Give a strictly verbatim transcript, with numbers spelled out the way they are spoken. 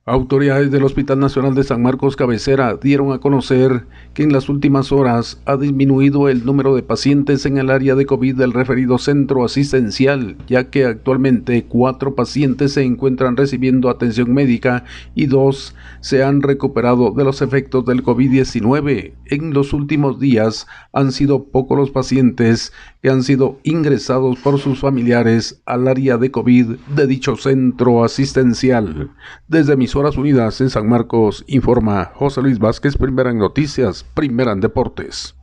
Autoridades del Hospital Nacional de San Marcos Cabecera dieron a conocer que en las últimas horas ha disminuido el número de pacientes en el área de COVID del referido centro asistencial, ya que actualmente cuatro pacientes se encuentran recibiendo atención médica y dos se han recuperado de los efectos del COVID diecinueve. En los últimos días han sido pocos los pacientes que han sido ingresados por sus familiares al área de COVID de dicho centro asistencial. Desde Emisoras Unidas en San Marcos, informa José Luis Vázquez, Primera en Noticias, Primera en Deportes.